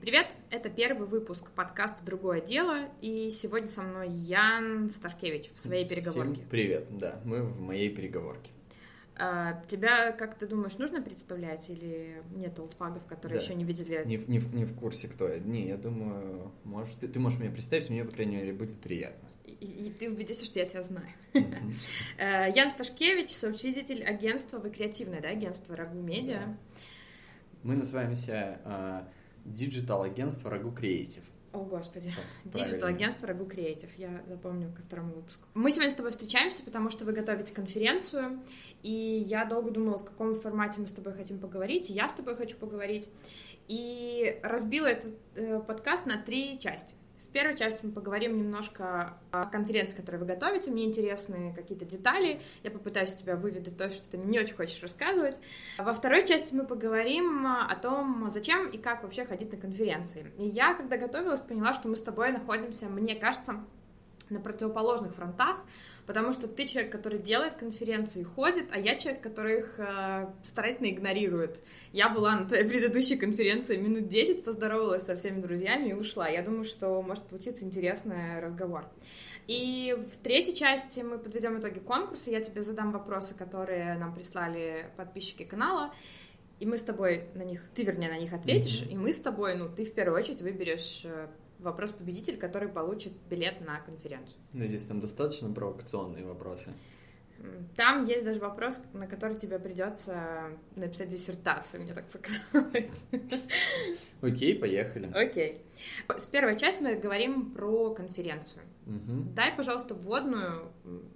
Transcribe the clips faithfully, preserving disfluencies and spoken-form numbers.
Привет, это первый выпуск подкаста «Другое дело», и сегодня со мной Ян Сташкевич в своей переговорке. Всем привет, да, мы в моей переговорке. А, тебя, как ты думаешь, нужно представлять или нет олдфагов, которые да. еще не видели? Не, не, не в курсе, кто я. Не, я думаю, может, ты, ты можешь меня представить, мне, по крайней мере, будет приятно. И, и ты убедишься, что я тебя знаю. Mm-hmm. Ян Сташкевич, соучредитель агентства, вы креативное, да, агентство «Рагу Медиа». Да. Мы называемся диджитал-агентство «Рагу Креатив». О, Господи. Диджитал-агентство «Рагу Креатив». Я запомню ко второму выпуску. Мы сегодня с тобой встречаемся, потому что вы готовите конференцию, и я долго думала, в каком формате мы с тобой хотим поговорить, и я с тобой хочу поговорить, и разбила этот э, подкаст на три части. В первой части мы поговорим немножко о конференции, которую вы готовите. Мне интересны какие-то детали. Я попытаюсь тебя выведать то, что ты мне не очень хочешь рассказывать. Во второй части мы поговорим о том, зачем и как вообще ходить на конференции. И я, когда готовилась, поняла, что мы с тобой находимся, мне кажется, на противоположных фронтах, потому что ты человек, который делает конференции и ходит, а я человек, который их э, старательно игнорирует. Я была на твоей предыдущей конференции минут десять, поздоровалась со всеми друзьями и ушла. Я думаю, что может получиться интересный разговор. И в третьей части мы подведем итоги конкурса, я тебе задам вопросы, которые нам прислали подписчики канала, и мы с тобой на них, ты, вернее, на них ответишь, mm-hmm. и мы с тобой, ну, ты в первую очередь выберешь вопрос-победитель, который получит билет на конференцию. Надеюсь, там достаточно провокационные вопросы. Там есть даже вопрос, на который тебе придется написать диссертацию, мне так показалось. Окей, поехали. Окей. С первой части мы говорим про конференцию. Угу. Дай, пожалуйста, вводную,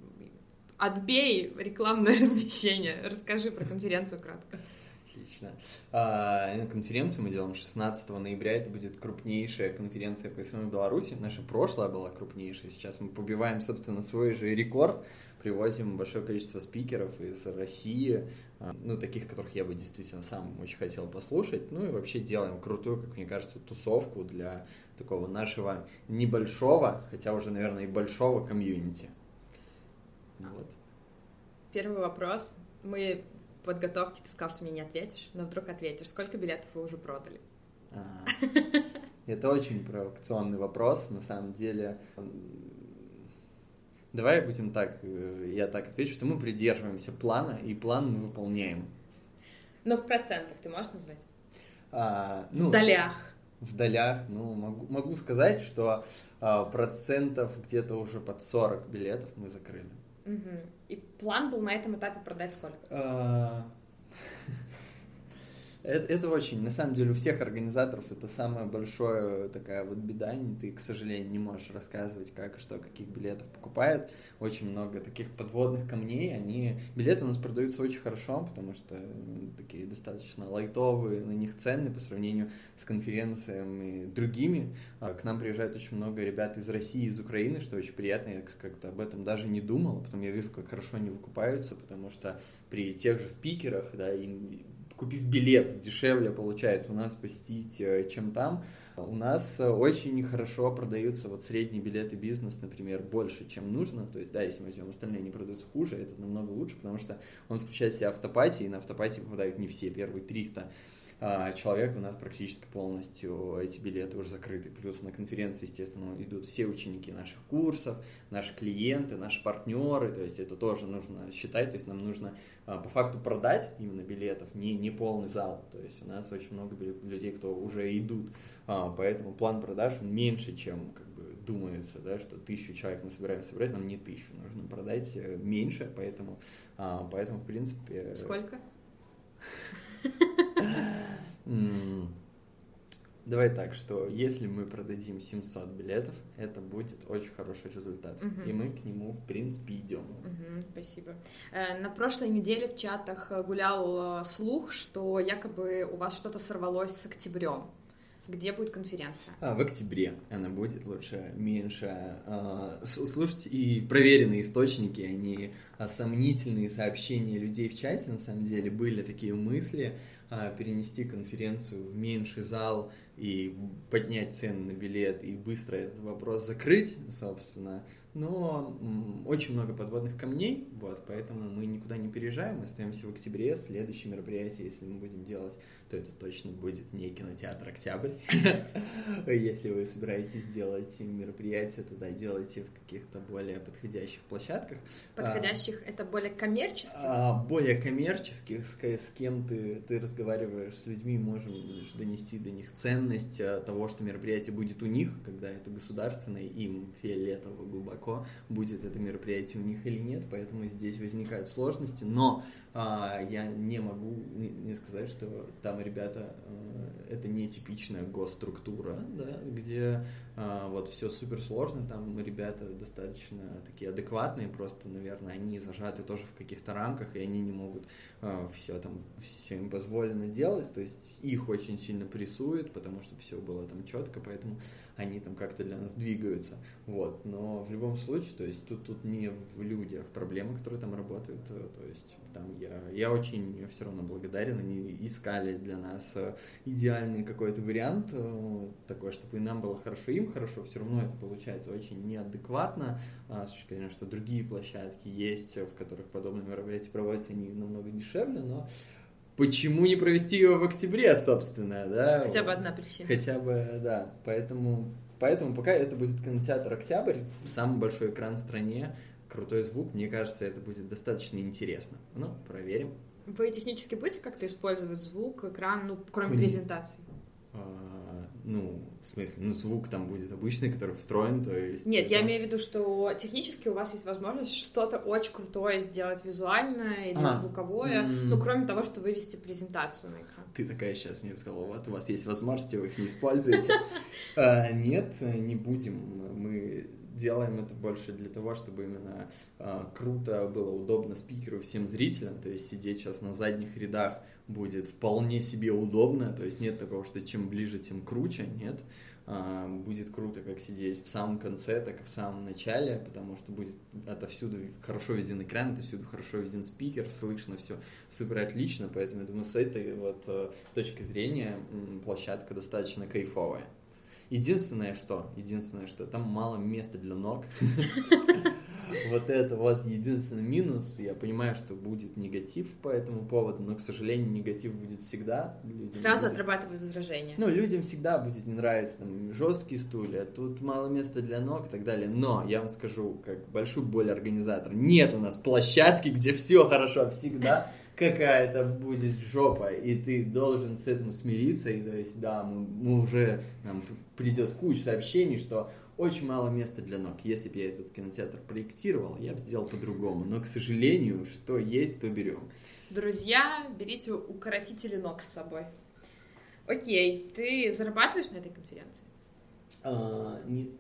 отбей рекламное размещение, расскажи про конференцию кратко. Отлично. А, конференцию мы делаем шестнадцатого ноября. Это будет крупнейшая конференция по СММ в Беларуси. Наша прошлая была крупнейшая. Сейчас мы побиваем, собственно, свой же рекорд. Привозим большое количество спикеров из России, ну, таких, которых я бы действительно сам очень хотел послушать. Ну и вообще делаем крутую, как мне кажется, тусовку для такого нашего небольшого, хотя уже, наверное, и большого комьюнити. Вот. Первый вопрос. Мы... подготовке ты сказал, что мне не ответишь, но вдруг ответишь. Сколько билетов вы уже продали? А, это очень провокационный вопрос, на самом деле. Давай будем так, я так отвечу, что мы придерживаемся плана, и план мы выполняем. Но в процентах ты можешь назвать? А, ну, в долях. В долях, ну, могу, могу сказать, что а, процентов где-то уже под сорок билетов мы закрыли. Угу. И план был на этом этапе продать сколько? Это, это очень, на самом деле, у всех организаторов это самая большая такая вот беда. Ты, к сожалению, не можешь рассказывать, как и что, каких билетов покупают. Очень много таких подводных камней. Они... Билеты у нас продаются очень хорошо, потому что такие достаточно лайтовые, на них цены по сравнению с конференциями другими. К нам приезжает очень много ребят из России, из Украины, что очень приятно. Я как-то об этом даже не думал. Потом я вижу, как хорошо они выкупаются, потому что при тех же спикерах, да, им... купив билет, дешевле получается у нас посетить, чем там. У нас очень хорошо продаются вот средние билеты бизнес, например, больше, чем нужно. То есть, да, если мы возьмем остальные, они продаются хуже, этот намного лучше, потому что он включает в себя автопати, и на автопати попадают не все, первые триста человек, у нас практически полностью эти билеты уже закрыты. Плюс на конференцию, естественно, идут все ученики наших курсов, наши клиенты, наши партнеры, то есть это тоже нужно считать, то есть нам нужно по факту продать именно билетов, не, не полный зал, то есть у нас очень много людей, кто уже идут, поэтому план продаж он меньше, чем как бы думается, да, что тысячу человек мы собираемся собрать, нам не тысячу, нужно продать меньше, поэтому, поэтому в принципе... Сколько? Давай так, что если мы продадим семьсот билетов, это будет очень хороший результат. Uh-huh. И мы к нему, в принципе, идем. Uh-huh, спасибо. На прошлой неделе в чатах гулял слух, что якобы у вас что-то сорвалось с октябрем. Где будет конференция? А, в октябре она будет, лучше, меньше. А, слушайте, и проверенные источники, они а, сомнительные сообщения людей в чате, на самом деле, были такие мысли, а, перенести конференцию в меньший зал и поднять цены на билет и быстро этот вопрос закрыть, собственно. Но м, очень много подводных камней, вот, поэтому мы никуда не переезжаем, мы остаемся в октябре. Следующее мероприятие, если мы будем делать, то это точно будет не кинотеатр «Октябрь». Если вы собираетесь делать мероприятие, тогда делайте в каких-то более подходящих площадках. Подходящих — это более коммерческих? Более коммерческих, с кем ты, ты разговариваешь с людьми, можем донести до них ценность того, что мероприятие будет у них, когда это государственное, им фиолетово глубоко, будет это мероприятие у них или нет, поэтому здесь возникают сложности, но а, я не могу не, не сказать, что там ребята, а, это не типичная госструктура, да, где а, вот все супер сложно, там ребята достаточно такие адекватные, просто, наверное, они зажаты тоже в каких-то рамках, и они не могут а, все там, все им позволено делать, то есть их очень сильно прессуют, потому что все было там четко, поэтому они там как-то для нас двигаются, вот, но в любом случае, то есть тут, тут не в людях проблемы, которые там работают, то есть там я, я очень все равно благодарен, они искали для нас идеальный какой-то вариант, такой, чтобы и нам было хорошо, им хорошо, все равно это получается очень неадекватно, с точки зрения, что другие площадки есть, в которых подобные мероприятия проводятся, они намного дешевле, но почему не провести его в октябре, собственно, да? Хотя бы одна причина. Хотя бы, да, поэтому... Поэтому пока это будет кинотеатр «Октябрь», самый большой экран в стране, крутой звук, мне кажется, это будет достаточно интересно. Ну, проверим. Вы технически будете как-то использовать звук, экран, ну, кроме Кон... презентации? А, ну, в смысле, ну, звук там будет обычный, который встроен, то есть... Нет, это... я имею в виду, что технически у вас есть возможность что-то очень крутое сделать визуальное или а, звуковое, м- ну, кроме того, что вывести презентацию на экран. Ты такая сейчас мне сказала, вот у вас есть возможности, вы их не используете. Нет, не будем. Мы делаем это больше для того, чтобы именно круто было, удобно спикеру, всем зрителям, то есть сидеть сейчас на задних рядах будет вполне себе удобно, то есть нет такого, что чем ближе, тем круче, нет. Будет круто как сидеть в самом конце, так и в самом начале, потому что будет отовсюду хорошо виден экран, отовсюду хорошо виден спикер, слышно все супер отлично, поэтому я думаю, с этой вот точки зрения площадка достаточно кайфовая. Единственное, что, единственное, что там мало места для ног. Вот это вот единственный минус. Я понимаю, что будет негатив по этому поводу, но, к сожалению, негатив будет всегда. Людям Сразу будет... отрабатывай возражения. Ну, людям всегда будет не нравиться там жесткие стулья, тут мало места для ног и так далее. Но я вам скажу, как большую боль организатора, нет у нас площадки, где все хорошо, всегда какая-то будет жопа, и ты должен с этим смириться. И то есть, да, мы, мы уже, нам придет куча сообщений, что очень мало места для ног. Если бы я этот кинотеатр проектировал, я бы сделал по-другому. Но, к сожалению, что есть, то берем. Друзья, берите укоротители ног с собой. Окей, ты зарабатываешь на этой конференции? А, не,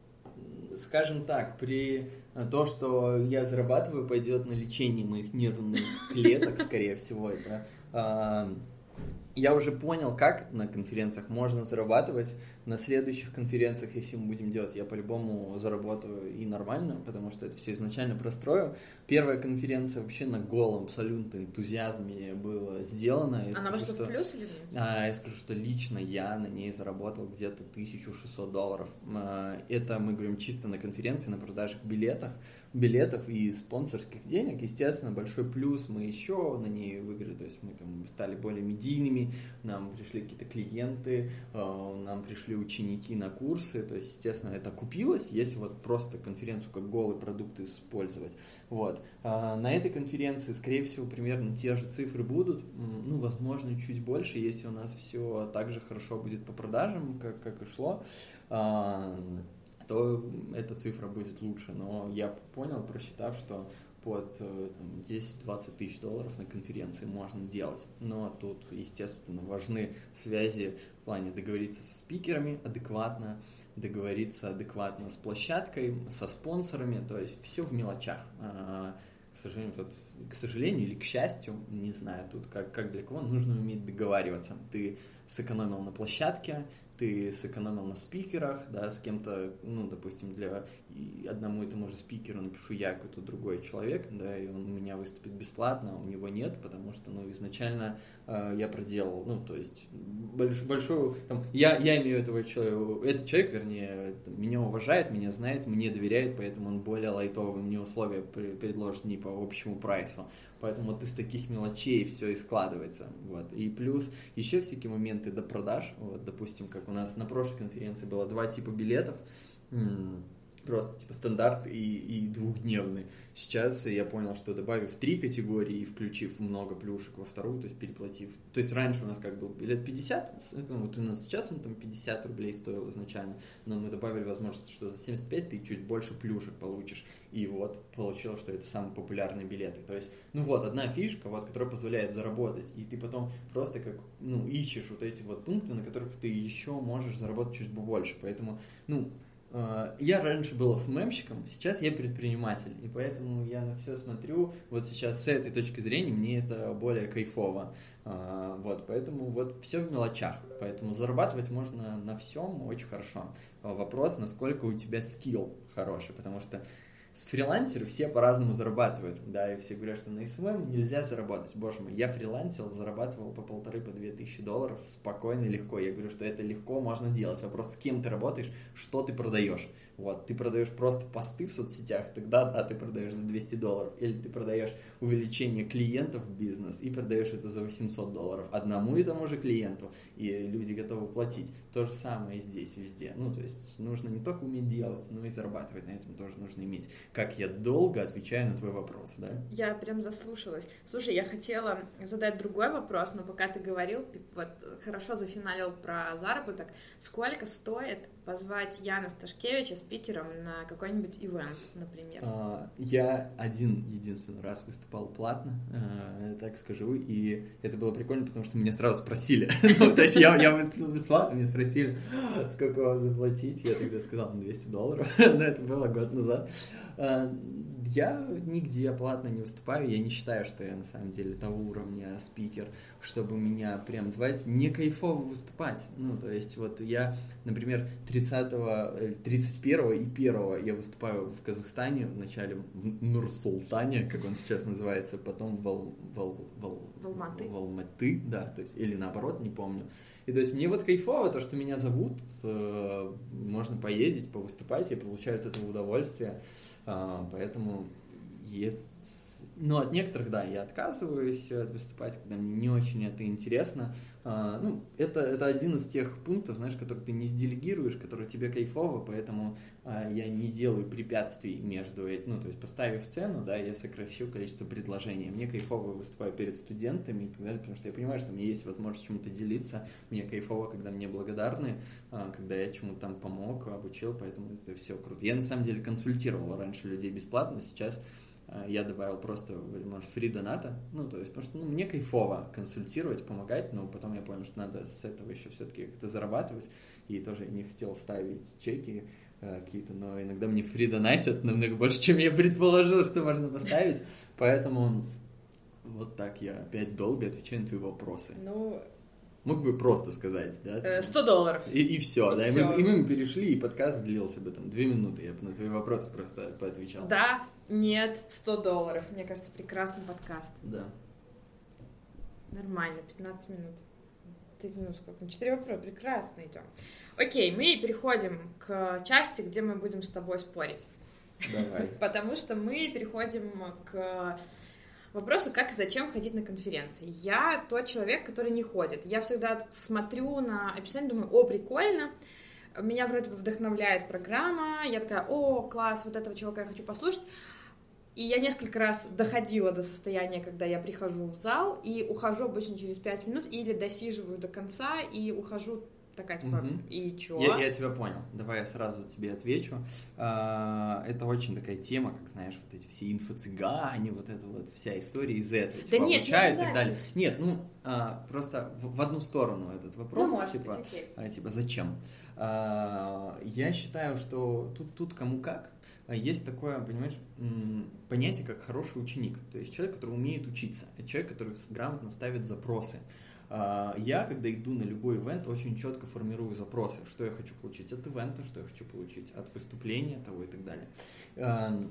скажем так, при то, что я зарабатываю, пойдет на лечение моих нервных клеток, скорее всего, это... А, я уже понял, как на конференциях можно зарабатывать. На следующих конференциях, если мы будем делать, я по-любому заработаю и нормально, потому что это все изначально прострою. Первая конференция вообще на голом абсолютно энтузиазме была сделана. Я Она скажу, вошла что, в плюс или нет? А, я скажу, что лично я на ней заработал где-то тысяча шестьсот долларов. А, это мы говорим чисто на конференции, на продажах билетов, билетов и спонсорских денег. Естественно, большой плюс мы еще на ней выиграли, то есть мы там стали более медийными, нам пришли какие-то клиенты, нам пришли ученики на курсы, то есть, естественно, это окупилось, если вот просто конференцию как голый продукт использовать. Вот. А на этой конференции, скорее всего, примерно те же цифры будут, ну, возможно, чуть больше, если у нас все так же хорошо будет по продажам, как, как и шло, а, то эта цифра будет лучше. Но я понял, просчитав, что под десять-двадцать тысяч долларов на конференции можно делать. Но тут, естественно, важны связи в плане договориться со спикерами адекватно, договориться адекватно с площадкой, со спонсорами, то есть все в мелочах. К сожалению, вот, к сожалению или к счастью, не знаю, тут как, как для кого, нужно уметь договариваться. Ты сэкономил на площадке, ты сэкономил на спикерах, да, с кем-то, ну, допустим, для одному и тому же спикеру напишу я, какой-то другой человек, да, и он у меня выступит бесплатно, а у него нет, потому что, ну, изначально э, я проделал, ну, то есть больш, большую, там, я, я имею этого человека, этот человек, вернее, там, меня уважает, меня знает, мне доверяет, поэтому он более лайтовые мне условия предложит не по общему прайсу. Поэтому вот из таких мелочей все и складывается. Вот. И плюс еще всякие моменты до продаж. Вот, допустим, как у нас на прошлой конференции было два типа билетов. Просто типа стандарт и, и двухдневный. Сейчас я понял, что добавив три категории и включив много плюшек во вторую, то есть переплатив. То есть раньше у нас как был билет пятьдесят, ну, вот у нас сейчас он там пятьдесят рублей стоил изначально, но мы добавили возможность, что за семьдесят пять ты чуть больше плюшек получишь. И вот получилось, что это самые популярные билеты. То есть, ну вот, одна фишка, вот, которая позволяет заработать. И ты потом просто как, ну, ищешь вот эти вот пункты, на которых ты еще можешь заработать чуть больше. Поэтому, ну, я раньше был эс эм эм-щиком, сейчас я предприниматель, и поэтому я на все смотрю, вот сейчас с этой точки зрения мне это более кайфово, вот, поэтому вот все в мелочах, поэтому зарабатывать можно на всем очень хорошо. Вопрос, насколько у тебя скилл хороший, потому что с фрилансеры все по-разному зарабатывают, да, и все говорят, что на эс эм эм нельзя заработать. Боже мой, я фрилансил, зарабатывал по полторы, по две тысячи долларов спокойно и легко. Я говорю, что это легко можно делать. Вопрос, с кем ты работаешь, что ты продаешь. Вот, ты продаешь просто посты в соцсетях, тогда, да, ты продаешь за двести долларов. Или ты продаешь увеличение клиентов в бизнес и продаешь это за восемьсот долларов одному и тому же клиенту, и люди готовы платить. То же самое и здесь, везде. Ну, то есть нужно не только уметь делать, но и зарабатывать на этом тоже нужно иметь. Как я долго отвечаю на твой вопрос, да? Я прям заслушалась. Слушай, я хотела задать другой вопрос, но пока ты говорил, вот хорошо зафиналил про заработок. Сколько стоит позвать Яна Сташкевича спикером на какой-нибудь ивент, например? Я один единственный раз выступал платно, так скажу, и это было прикольно, потому что меня сразу спросили. То есть я выступил бесплатно, меня спросили, сколько вам заплатить. Я тогда сказал, двести долларов, но это было год назад. Я нигде платно не выступаю, я не считаю, что я на самом деле того уровня спикер, чтобы меня прям звать. Мне кайфово выступать. Ну, то есть, вот я, например, тридцатого, тридцать первого и первого я выступаю в Казахстане, вначале в Нур-Султане, как он сейчас называется, потом в, Ал, в, Ал, в, Ал, в Алматы. В Алматы, да, то есть, или наоборот, не помню. И то есть мне вот кайфово то, что меня зовут, э, можно поездить, повыступать, я получаю от этого удовольствие, э, поэтому есть... Но от некоторых, да, я отказываюсь выступать, когда мне не очень это интересно. А, ну, это, это один из тех пунктов, знаешь, который ты не сделегируешь, который тебе кайфово, поэтому а, я не делаю препятствий между этим. Ну, то есть, поставив цену, да, я сокращу количество предложений. Мне кайфово выступаю перед студентами и так далее, потому что я понимаю, что у меня есть возможность чему-то делиться. Мне кайфово, когда мне благодарны, а, когда я чему-то там помог, обучил, поэтому это все круто. Я, на самом деле, консультировал раньше людей бесплатно, сейчас... Я добавил просто, может, фри доната, ну, то есть, потому что ну, мне кайфово консультировать, помогать, но потом я понял, что надо с этого еще все-таки как-то зарабатывать, и тоже не хотел ставить чеки э, какие-то, но иногда мне фри донатят намного больше, чем я предположил, что можно поставить, поэтому вот так я опять долго отвечаю на твои вопросы. Ну... Мог бы просто сказать, да? сто долларов. И, и все, и да. Все. И, мы, и мы перешли, и подкаст длился бы там две минуты. Я бы на твои вопросы просто поотвечал. Да, нет, сто долларов. Мне кажется, прекрасный подкаст. Да. Нормально, пятнадцать минут. Ты, ну, сколько? четыре вопроса, прекрасно идем. Окей, мы переходим к части, где мы будем с тобой спорить. Давай. Потому что мы переходим к... вопросу, как и зачем ходить на конференции. Я тот человек, который не ходит. Я всегда смотрю на описание, думаю, о, прикольно, меня вроде бы вдохновляет программа, я такая, о, класс, вот этого чувака я хочу послушать. И я несколько раз доходила до состояния, когда я прихожу в зал и ухожу обычно через пять минут, или досиживаю до конца и ухожу такая, типа, угу. И чё? Я, я тебя понял. Давай я сразу тебе отвечу. Это очень такая тема, как, знаешь, вот эти все инфо-цыгане, вот эта вот вся история из этого, да типа, нет, обучают и так далее. Нет, ну, просто в, в одну сторону этот вопрос, ну, может типа, быть, окей. типа, зачем? Я считаю, что тут, тут кому как. Есть такое, понимаешь, понятие, как хороший ученик. То есть человек, который умеет учиться. Это человек, который грамотно ставит запросы. Я, когда иду на любой ивент, очень четко формирую запросы, что я хочу получить от ивента, что я хочу получить от выступления, того и так далее.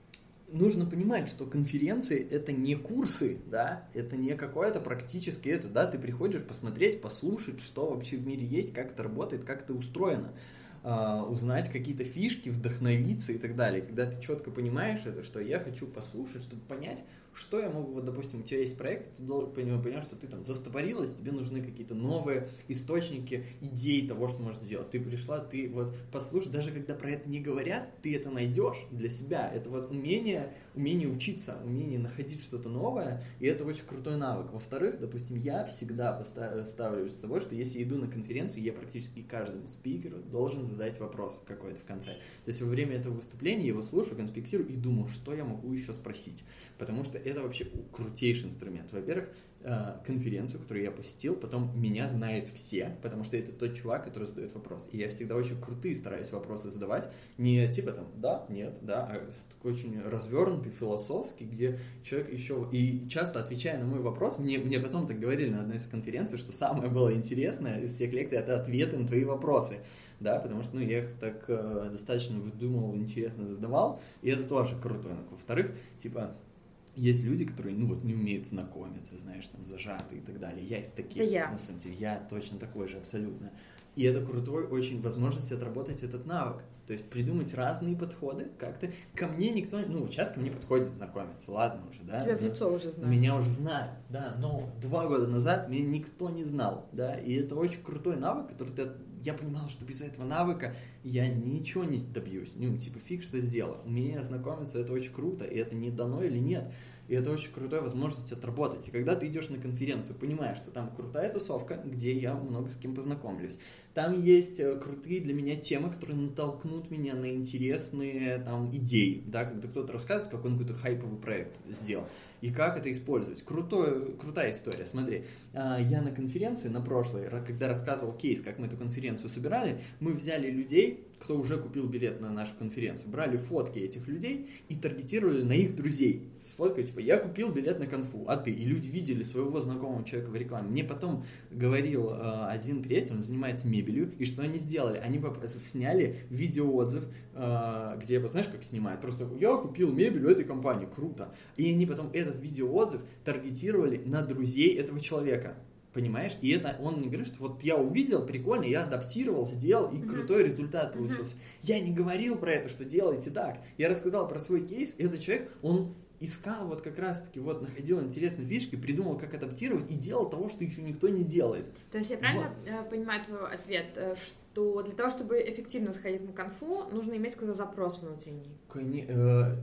Нужно понимать, что конференции — это не курсы, да, это не какое-то практически это, да, ты приходишь посмотреть, послушать, что вообще в мире есть, как это работает, как это устроено, uh, узнать какие-то фишки, вдохновиться и так далее. Когда ты четко понимаешь это, что я хочу послушать, чтобы понять, что я могу, вот, допустим, у тебя есть проект, ты должен понимать, что ты там застопорилась, тебе нужны какие-то новые источники идей того, что можешь сделать. Ты пришла, ты вот послушай, даже когда про это не говорят, ты это найдешь для себя. Это вот умение, умение учиться, умение находить что-то новое, и это очень крутой навык. Во-вторых, допустим, я всегда ставлю с собой, что если иду на конференцию, я практически каждому спикеру должен задать вопрос какой-то в конце. То есть во время этого выступления я его слушаю, конспектирую и думаю, что я могу еще спросить. Потому что это вообще крутейший инструмент. Во-первых, конференцию, которую я посетил, потом меня знают все, потому что это тот чувак, который задает вопрос. И я всегда очень крутые стараюсь вопросы задавать. Не типа там да, нет, да, а такой очень развернутый, философский, где человек еще... И часто, отвечая на мой вопрос, мне, мне потом так говорили на одной из конференций, что самое было интересное из всех лекций — это ответы на твои вопросы. Да, потому что ну, я их так э, достаточно выдумывал, интересно задавал, и это тоже крутой. Во-вторых, типа... Есть люди, которые, ну вот, не умеют знакомиться, знаешь, там, зажаты и так далее. Я из таких, это я. На самом деле, я точно такой же, абсолютно. И это крутой очень возможность отработать этот навык. То есть придумать разные подходы как-то. Ко мне никто, ну, сейчас ко мне подходит знакомиться, ладно уже, да. Тебя в лицо уже знают. Меня уже знают, да, но два года назад меня никто не знал, да, и это очень крутой навык, который ты... Я понимал, что без этого навыка я ничего не добьюсь. Ну, типа, фиг что сделаю. Умение знакомиться — это очень круто, и это не дано или нет. И это очень крутая возможность отработать. И когда ты идешь на конференцию, понимаешь, что там крутая тусовка, где я много с кем познакомлюсь. Там есть крутые для меня темы, которые натолкнут меня на интересные там идеи, да, когда кто-то рассказывает, как он какой-то хайповый проект сделал. И как это использовать. Крутой, крутая история. Смотри, я на конференции, на прошлой, когда рассказывал кейс, как мы эту конференцию собирали, мы взяли людей, кто уже купил билет на нашу конференцию, брали фотки этих людей и таргетировали на их друзей. С фоткой, типа, я купил билет на конфу, а ты? И люди видели своего знакомого человека в рекламе. Мне потом говорил э, один приятель, он занимается мебелью, и что они сделали? Они сняли видеоотзыв, э, где, вот знаешь, как снимают? Просто я купил мебель у этой компании, круто. И они потом этот видеоотзыв таргетировали на друзей этого человека. Понимаешь? И это он мне говорит, что вот я увидел, прикольно, я адаптировал, сделал, и uh-huh. крутой результат получился. Uh-huh. Я не говорил про это, что делайте так. Я рассказал про свой кейс, и этот человек, он искал вот как раз-таки, вот находил интересные фишки, придумал, как адаптировать, и делал того, что еще никто не делает. То есть я правильно вот. понимаю твой ответ, что для того, чтобы эффективно сходить на конфу, нужно иметь какой-то запрос внутренний? Конечно.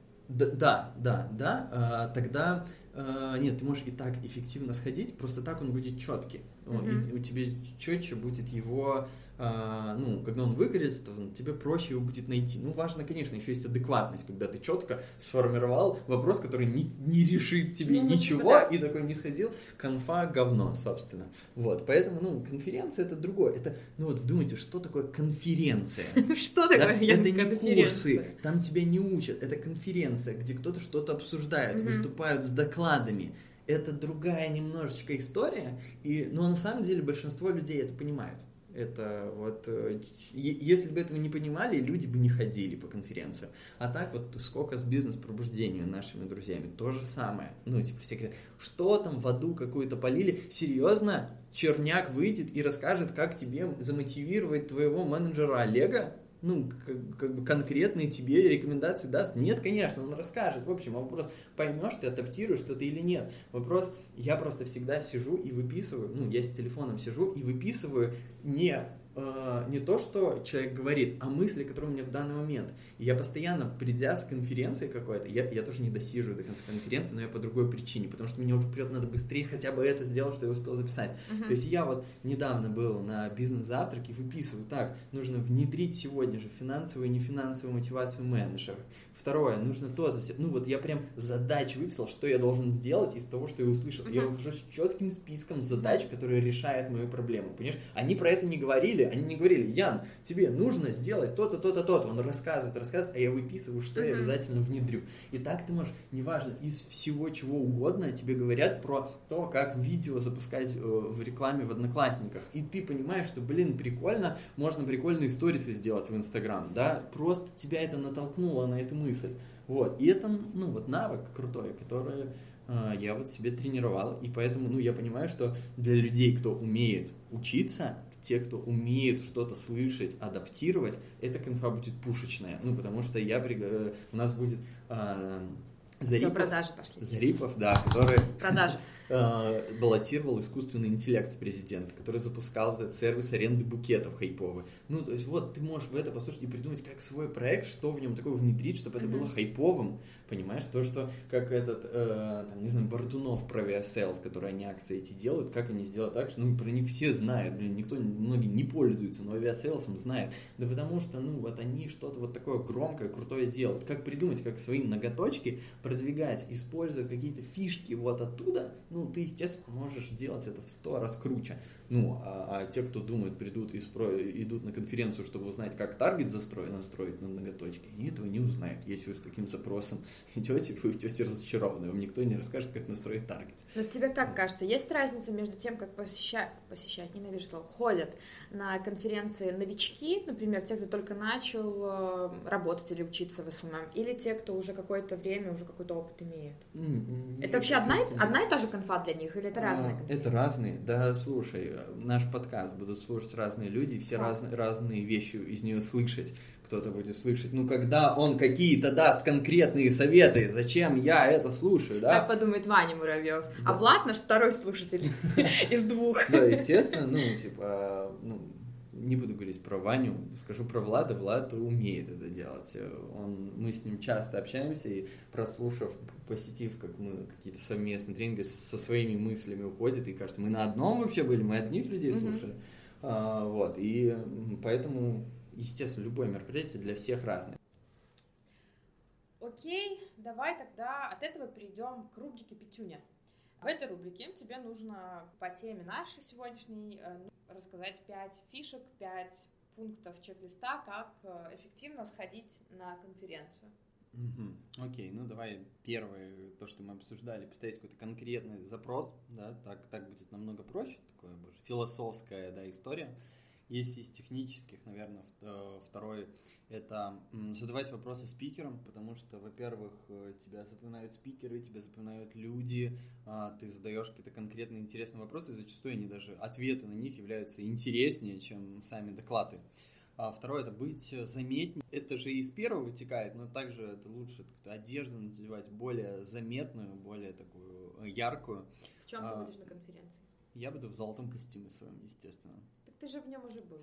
Да, да, да, тогда, нет, ты можешь и так эффективно сходить, просто так он будет четкий, uh-huh. и у тебя четче будет его, ну, когда он выгорит, то тебе проще его будет найти. Ну, важно, конечно, еще есть адекватность, когда ты четко сформировал вопрос, который не, не решит тебе ну, ничего, да. и такой не сходил, конфа говно, собственно. Вот, поэтому, ну, конференция — это другое. Это, ну вот, вдумайте, что такое конференция? Что такое конференция? Это не курсы, там тебя не учат, это конференция, где кто-то что-то обсуждает, выступают с докладами. Это другая немножечко история, и, но на самом деле большинство людей это понимают. Это вот, если бы этого не понимали, люди бы не ходили по конференциям. А так вот, сколько с бизнес-пробуждением нашими друзьями, то же самое. Ну, типа, все говорят, что там в аду какую-то полили? Серьезно? Черняк выйдет и расскажет, как тебе замотивировать твоего менеджера Олега? Ну, как, как бы конкретные тебе рекомендации даст? Нет, конечно, он расскажет. В общем, вопрос, поймешь ты, адаптируешь что-то или нет. Вопрос, я просто всегда сижу и выписываю, ну, я с телефоном сижу и выписываю не, э, не то, что человек говорит, а мысли, которые у меня в данный момент. И я постоянно, придя с конференции какой-то, я, я тоже не досиживаю до конца конференции, но я по другой причине, потому что мне уже вперед надо быстрее хотя бы это сделать, что я успел записать. Uh-huh. То есть я вот недавно был на бизнес-завтраке, выписываю, так, нужно внедрить сегодня же финансовую и нефинансовую мотивацию менеджера. Второе, нужно то-то, ну вот я прям задачи выписал, что я должен сделать из того, что я услышал. Uh-huh. Я выхожу с четким списком задач, которые решают мою проблему, понимаешь? Они про это не говорили, они не говорили: Ян, тебе нужно сделать то-то, то-то, то-то. Он рассказывает, рассказывает, а я выписываю, что uh-huh. я обязательно внедрю. И так ты можешь, неважно, из всего чего угодно тебе говорят про то, как видео запускать в рекламе в Одноклассниках. И ты понимаешь, что, блин, прикольно, можно прикольные сторисы сделать в Инстаграм, да, просто тебя это натолкнуло на эту мысль. Вот, и это, ну, вот навык крутой, который э, я вот себе тренировал, и поэтому, ну, я понимаю, что для людей, кто умеет учиться, те, кто умеет что-то слышать, адаптировать, эта конфа будет пушечная, ну, потому что я, э, у нас будет э, Зарипов, все, продажи пошли. Зарипов, да, который... Продажи. баллотировал искусственный интеллект в президент, который запускал этот сервис аренды букетов хайповый. Ну, то есть, вот, ты можешь в это послушать и придумать как свой проект, что в нем такое внедрить, чтобы это mm-hmm. было хайповым, понимаешь? То, что, как этот, э, там, не знаю, Бардунов про Viasales, которые они акции эти делают, как они сделают так, что, ну, про них все знают, блин, никто, многие не пользуются, но Viasales знают. Да потому что, ну, вот они что-то вот такое громкое, крутое делают. Как придумать, как свои ноготочки продвигать, используя какие-то фишки вот оттуда, ну, ты, естественно, можешь делать это в сто раз круче. Ну, а, а те, кто думают, придут и спро... идут на конференцию, чтобы узнать, как таргет застроен, настроить на ноготочки, они этого не узнают. Если вы с таким запросом идете, вы идете разочарованные, вам никто не расскажет, как настроить таргет. Но тебе как кажется, есть разница между тем, как посещать, посещать, ненавижу слово, ходят на конференции новички, например, те, кто только начал работать или учиться в эс эм эм, или те, кто уже какое-то время, уже какой-то опыт имеет? Mm-hmm. Это вообще одна, одна и та же конфа для них, или это разные конференции? Это разные, да, слушай, наш подкаст будут слушать разные люди, и все разные, разные вещи из нее слышать. Кто-то будет слышать, ну, когда он какие-то даст конкретные советы, зачем я это слушаю, да? Так подумает Ваня Муравьев. Да. А Влад наш второй слушатель из двух. Да, естественно, ну, типа, ну, не буду говорить про Ваню, скажу про Влада. Влад умеет это делать. Он, мы с ним часто общаемся, и прослушав, посетив как мы какие-то совместные тренинги, со своими мыслями уходит, и кажется, мы на одном вообще были, мы одних людей слушали. Mm-hmm. А, вот, и поэтому... Естественно, любое мероприятие для всех разное. Окей, давай тогда от этого перейдем к рубрике «Пятюня». В этой рубрике тебе нужно по теме нашей сегодняшней рассказать пять фишек, пять пунктов чек-листа, как эффективно сходить на конференцию. Угу. Окей, ну давай первое, то, что мы обсуждали, поставить какой-то конкретный запрос, да, так, так будет намного проще, такое больше философская, да, история. Есть из технических, наверное, второй – это задавать вопросы спикерам, потому что, во-первых, тебя запоминают спикеры, тебя запоминают люди, ты задаешь какие-то конкретные интересные вопросы, и зачастую они даже, ответы на них являются интереснее, чем сами доклады. А второе – это быть заметнее. Это же из первого вытекает, но также это лучше одежду надевать более заметную, более такую яркую. В чем ты будешь на конференции? Я буду в золотом костюме своем, естественно. Ты же в нем уже был.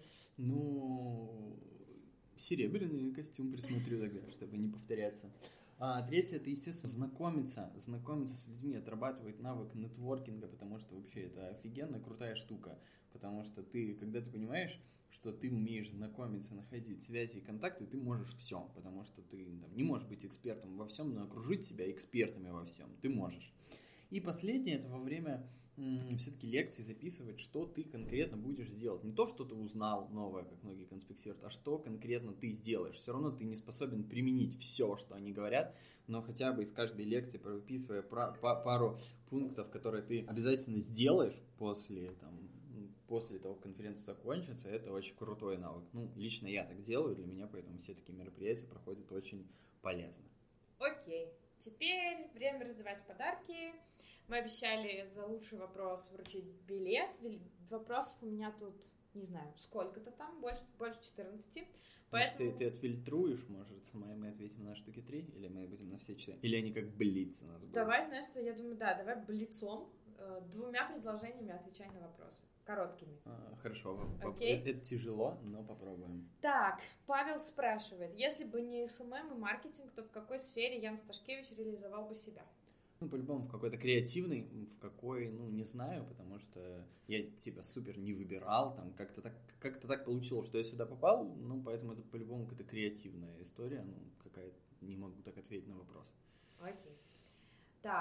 Ну, серебряный костюм присмотрю тогда, чтобы не повторяться. А третье, это, естественно, знакомиться, знакомиться с людьми, отрабатывать навык нетворкинга, потому что вообще это офигенно крутая штука. Потому что ты, когда ты понимаешь, что ты умеешь знакомиться, находить связи и контакты, ты можешь все, потому что ты там, не можешь быть экспертом во всем, но окружить себя экспертами во всем ты можешь. И последнее, это во время все-таки лекции записывать, что ты конкретно будешь делать. Не то, что ты узнал новое, как многие конспектируют, а что конкретно ты сделаешь. Все равно ты не способен применить все, что они говорят, но хотя бы из каждой лекции, выписывая пару пунктов, которые ты обязательно сделаешь после, там, после того, как конференция закончится, это очень крутой навык. Ну, лично я так делаю, для меня поэтому все такие мероприятия проходят очень полезно. Окей, теперь время раздавать подарки. Мы обещали за лучший вопрос вручить билет. Вопросов у меня тут, не знаю, сколько-то там, больше, больше четырнадцати. Поэтому... Ты, ты отфильтруешь, может, сама мы ответим на штуки три, или мы будем на все четыре? Или они как блиц у нас будут? Давай, знаешь что, я думаю, да, давай блицом, э, двумя предложениями отвечай на вопросы. Короткими. А, хорошо, okay. это, это тяжело, но попробуем. Так, Павел спрашивает, если бы не эс эм эм и маркетинг, то в какой сфере Ян Сташкевич реализовал бы себя? Ну, по-любому, в какой-то креативный, в какой, ну, не знаю, потому что я тебя супер не выбирал, там, как-то так, как-то так получилось, что я сюда попал, ну, поэтому это, по-любому, какая-то креативная история, ну, какая-то, не могу так ответить на вопрос. Окей. Так,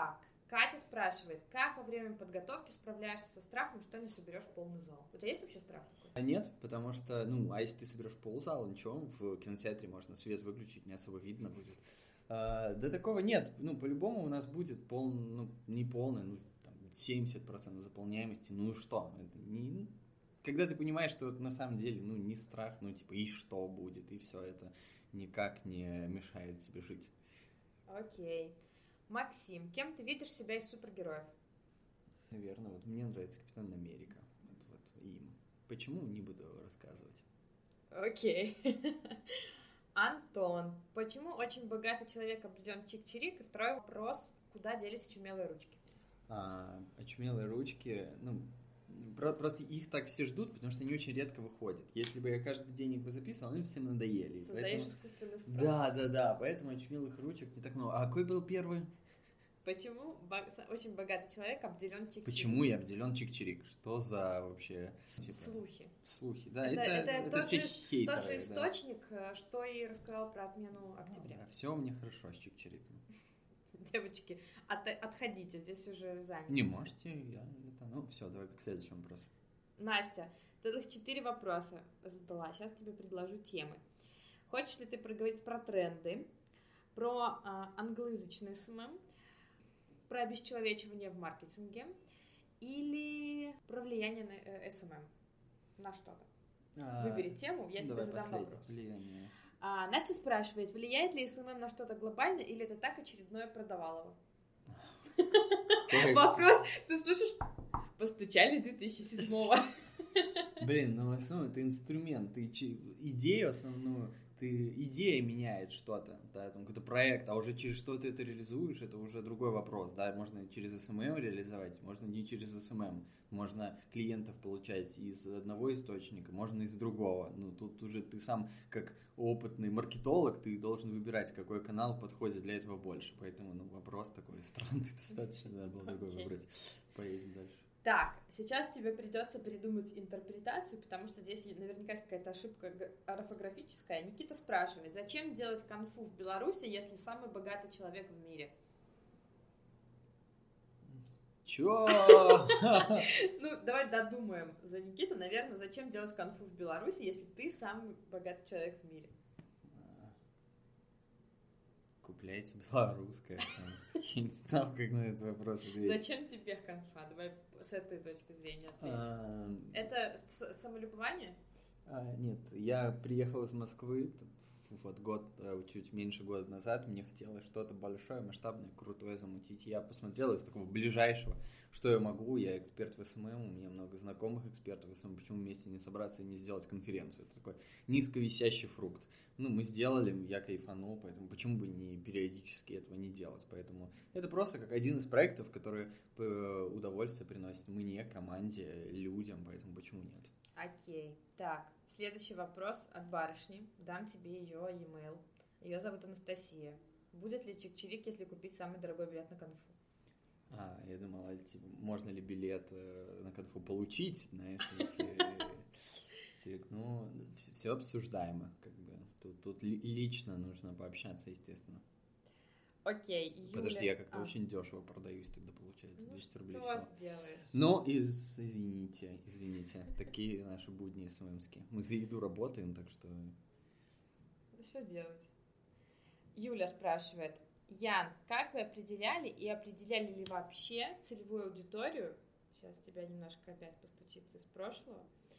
Катя спрашивает, как во время подготовки справляешься со страхом, что не соберешь полный зал? У тебя есть вообще страх такой? А нет, потому что, ну, а если ты соберешь ползала, ничего, в кинотеатре можно свет выключить, не особо видно будет. А, да такого нет, ну, по-любому у нас будет пол, ну, не полная, ну, там, семьдесят процентов заполняемости, ну и что? Это не... Когда ты понимаешь, что это на самом деле, ну, не страх, ну, типа, и что будет, и все это никак не мешает тебе жить. Окей. Максим, кем ты видишь себя из супергероев? Наверное, вот мне нравится Капитан Америка. Вот, вот им. Почему, не буду рассказывать. Окей. Антон, почему очень богатый человек определен чик-чирик? И второй вопрос, куда делись очумелые ручки? А, очумелые ручки, ну, про- просто их так все ждут, потому что они очень редко выходят. Если бы я каждый день их бы записывал, они бы всем надоели. Создаешь Поэтому... искусственный спрос. Да, да, да, поэтому очумелых ручек не так много. А какой был первый? Почему бо- очень богатый человек обделен чик-чирик? Почему я обделен чик-чирик? Что за вообще... Типа, слухи. Слухи, да, Это, это, это, это тот, все же, хейтеры. тот же да. источник, что и рассказал про отмену октября. А, все у меня хорошо с чик-чириком. Девочки, от, отходите, здесь уже замер. Не можете, я это... Ну, все, давай к следующему вопросу. Настя, целых четыре вопроса задала. Сейчас тебе предложу темы. Хочешь ли ты проговорить про тренды, про а, англоязычный эс эм эм, про обесчеловечивание в маркетинге или про влияние на э, эс эм эм на что-то? А, Выбери тему, я тебе задам последний. вопрос. Влияние. А, Настя спрашивает, влияет ли эс эм эм на что-то глобально или это так очередное продавалово? Вопрос, ты слышишь? Постучали с две тысячи седьмого. Блин, ну эс эм эм это инструмент, ты че- идею основную, ты идея меняет что-то, да, там какой-то проект, а уже через что ты это реализуешь, это уже другой вопрос, да, можно через эс эм эм реализовать, можно не через эс эм эм, можно клиентов получать из одного источника, можно из другого, ну тут уже ты сам как опытный маркетолог, ты должен выбирать, какой канал подходит для этого больше, поэтому, ну, вопрос такой странный достаточно, надо было другой Окей. выбрать, поедем дальше. Так, сейчас тебе придется придумать интерпретацию, потому что здесь наверняка есть какая-то ошибка г- орфографическая. Никита спрашивает, зачем делать конфу в Беларуси, если самый богатый человек в мире? Чё? Ну, давай додумаем за Никиту. Наверное, зачем делать конфу в Беларуси, если ты самый богатый человек в мире? Купляйте белорусское, потому что я не знал, как на этот вопрос ответить. Зачем тебе конфа? Давай с этой точки зрения ответь. А, Это с- самолюбование? а, нет, я приехал из Москвы т- вот год, э, чуть меньше года назад, мне хотелось что-то большое, масштабное, крутое замутить. Я посмотрел из такого ближайшего, что я могу, я эксперт в эс эм эм, у меня много знакомых экспертов в эс эм эм, почему вместе не собраться и не сделать конференцию? Это такой низковисящий фрукт. Ну, мы сделали, я кайфанул, поэтому почему бы не периодически этого не делать? Поэтому это просто как один из проектов, который э, удовольствие приносит мне, команде, людям, поэтому почему нет? Окей. Так, следующий вопрос от барышни. Дам тебе ее e-mail. Ее зовут Анастасия. Будет ли чик-чирик, если купить самый дорогой билет на конфу? А, я думала, типа, можно ли билет э, на конфу получить, знаешь, если... Чирик, ну, все обсуждаемо, как бы. Тут, тут ли- лично нужно пообщаться, естественно. Окей, Юля. Подожди, я как-то А, очень дешево продаюсь, тогда получается, ну, двести рублей что всего. сделаешь? Ну, из- извините, извините, такие наши будни эс эм эм-ские. Мы за еду работаем, так что... Да что делать? Юля спрашивает. Ян, как вы определяли и определяли ли вообще целевую аудиторию, сейчас тебя немножко опять постучится из прошлого,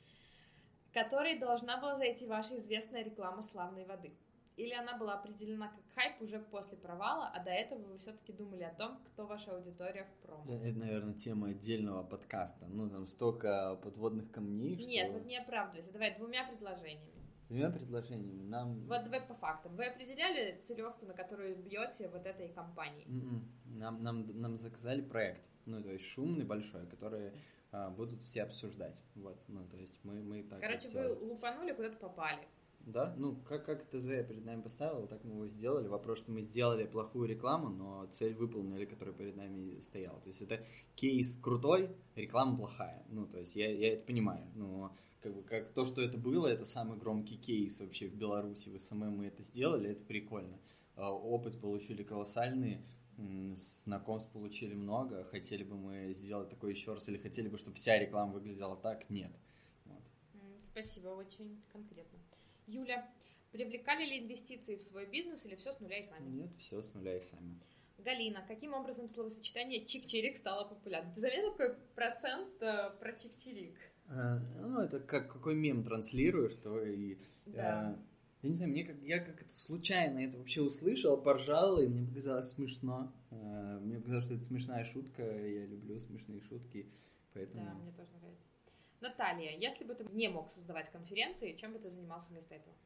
которой должна была зайти ваша известная реклама славной воды? Или она была определена как хайп уже после провала, а до этого вы все-таки думали о том, кто ваша аудитория в промо? Это, наверное, тема отдельного подкаста. Ну, там столько подводных камней, что... Нет, вот не оправдывайся. Давай двумя предложениями. Двумя предложениями нам... Вот давай по фактам. Вы определяли целевку, на которую бьете вот этой компанией? М-м. Нам, нам, нам заказали проект, ну, то есть шумный, большой, который а, будут все обсуждать. Вот, ну, то есть мы, мы так Короче, вот вы сделали. лупанули, куда-то попали. Да, ну, как, как ТЗ перед нами поставил, так мы его сделали. Вопрос, что мы сделали плохую рекламу, но цель выполнили, которая перед нами стояла. То есть это кейс крутой, реклама плохая. Ну, то есть я, я это понимаю, но как бы как то, что это было, это самый громкий кейс вообще в Беларуси, в эс эм эм мы это сделали, это прикольно. А, опыт получили колоссальный, знакомств получили много, хотели бы мы сделать такое еще раз, или хотели бы, чтобы вся реклама выглядела так? Нет. Вот. Спасибо, очень конкретно. Юля, привлекали ли инвестиции в свой бизнес или все с нуля и сами? Нет, все с нуля и сами. Галина, каким образом словосочетание чик-чирик стало популярным? Ты заметил, какой процент э, про чик-чирик? А, ну, это как какой мем транслируешь, то и... Да. А, я не знаю, мне как, я как это случайно это вообще услышал, поржал, и мне показалось смешно. А, мне показалось, что это смешная шутка, я люблю смешные шутки, поэтому... Да, мне тоже нравится. Наталья, если бы ты не мог создавать конференции, чем бы ты занимался вместо этого?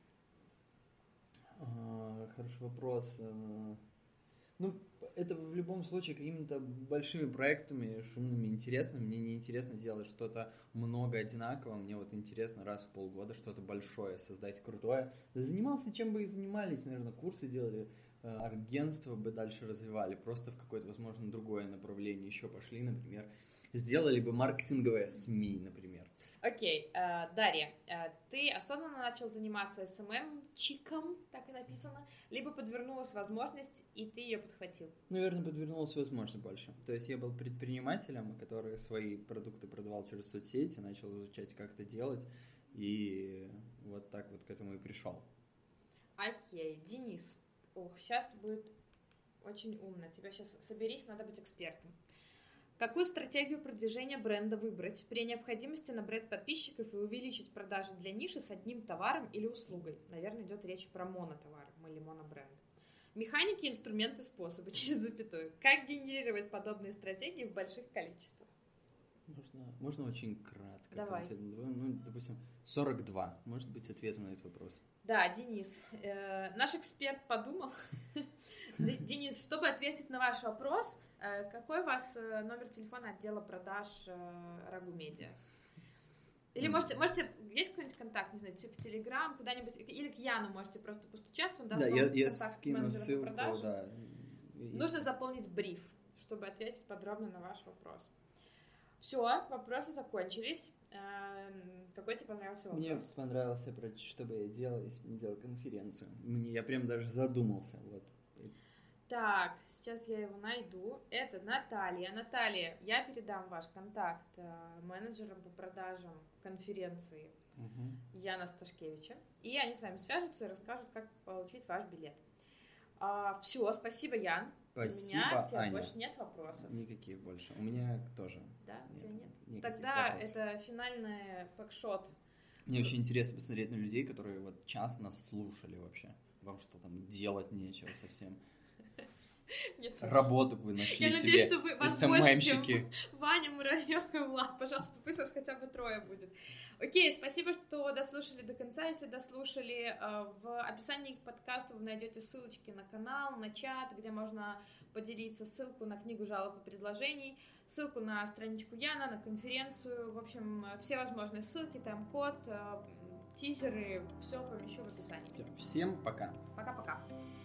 А, хороший вопрос. Ну, это в любом случае какими-то большими проектами, шумными, интересными. Мне не интересно делать что-то много одинаково. Мне вот интересно раз в полгода что-то большое создать, крутое. Да занимался, чем бы и занимались, наверное, курсы делали, агентство бы дальше развивали. Просто в какое-то, возможно, другое направление еще пошли, например. Сделали бы маркетинговые СМИ, например. Окей, okay. uh, Дарья, uh, ты осознанно начал заниматься эс эм эм-чиком, так и написано, либо подвернулась возможность, и ты ее подхватил? Наверное, подвернулась возможность больше. То есть я был предпринимателем, который свои продукты продавал через соцсети, начал изучать, как это делать, и вот так вот к этому и пришел. Окей, okay. Денис, ох, сейчас будет очень умно, тебя сейчас соберись, надо быть экспертом. Какую стратегию продвижения бренда выбрать? При необходимости набрать подписчиков и увеличить продажи для ниши с одним товаром или услугой. Наверное, идет речь про монотовар или монобренд. Механики, инструменты, способы, через запятую. Как генерировать подобные стратегии в больших количествах? Можно, можно очень кратко. Давай. Ну, допустим, сорок два. Может быть, ответом на этот вопрос. Да, Денис, э, наш эксперт подумал. Денис, чтобы ответить на ваш вопрос, э, какой у вас э, номер телефона отдела продаж э, Рагу Медиа? Или можете, можете, есть какой-нибудь контакт, не знаю, в Телеграм, куда-нибудь, или к Яну можете просто постучаться, он даст да, вам я, контакт я скину ссылку, продаж. Да. Нужно заполнить бриф, чтобы ответить подробно на ваш вопрос. Все, вопросы закончились. Какой тебе понравился вопрос? Мне понравился, что бы я делал, если бы не делал конференцию. Мне, я прям даже задумался. Вот. Так, сейчас я его найду. Это Наталья. Наталья, я передам ваш контакт менеджерам по продажам конференции угу. Яна Сташкевича. И они с вами свяжутся и расскажут, как получить ваш билет. А, все, спасибо, Ян. Спасибо, У меня к тебе Аня. Больше нет вопросов. Никаких больше. У меня тоже. Да, у тебя нет. нет Тогда вопросов. это финальный пэкшот. Мне очень интересно посмотреть на людей, которые вот час нас слушали вообще. Вам что там делать нечего совсем. Нет, работу вы нашли я себе. Я надеюсь, что вы, вас больше, чем эм-эм-щики. Ваня, Муравьев и Влад. Пожалуйста, пусть вас хотя бы трое будет. Окей, спасибо, что дослушали до конца. Если дослушали, в описании к подкасту вы найдете ссылочки на канал, на чат, где можно поделиться, ссылку на книгу жалоб и предложений, ссылку на страничку Яна, на конференцию. В общем, все возможные ссылки, там код, тизеры, все помещу в описании. Все, всем пока. Пока-пока.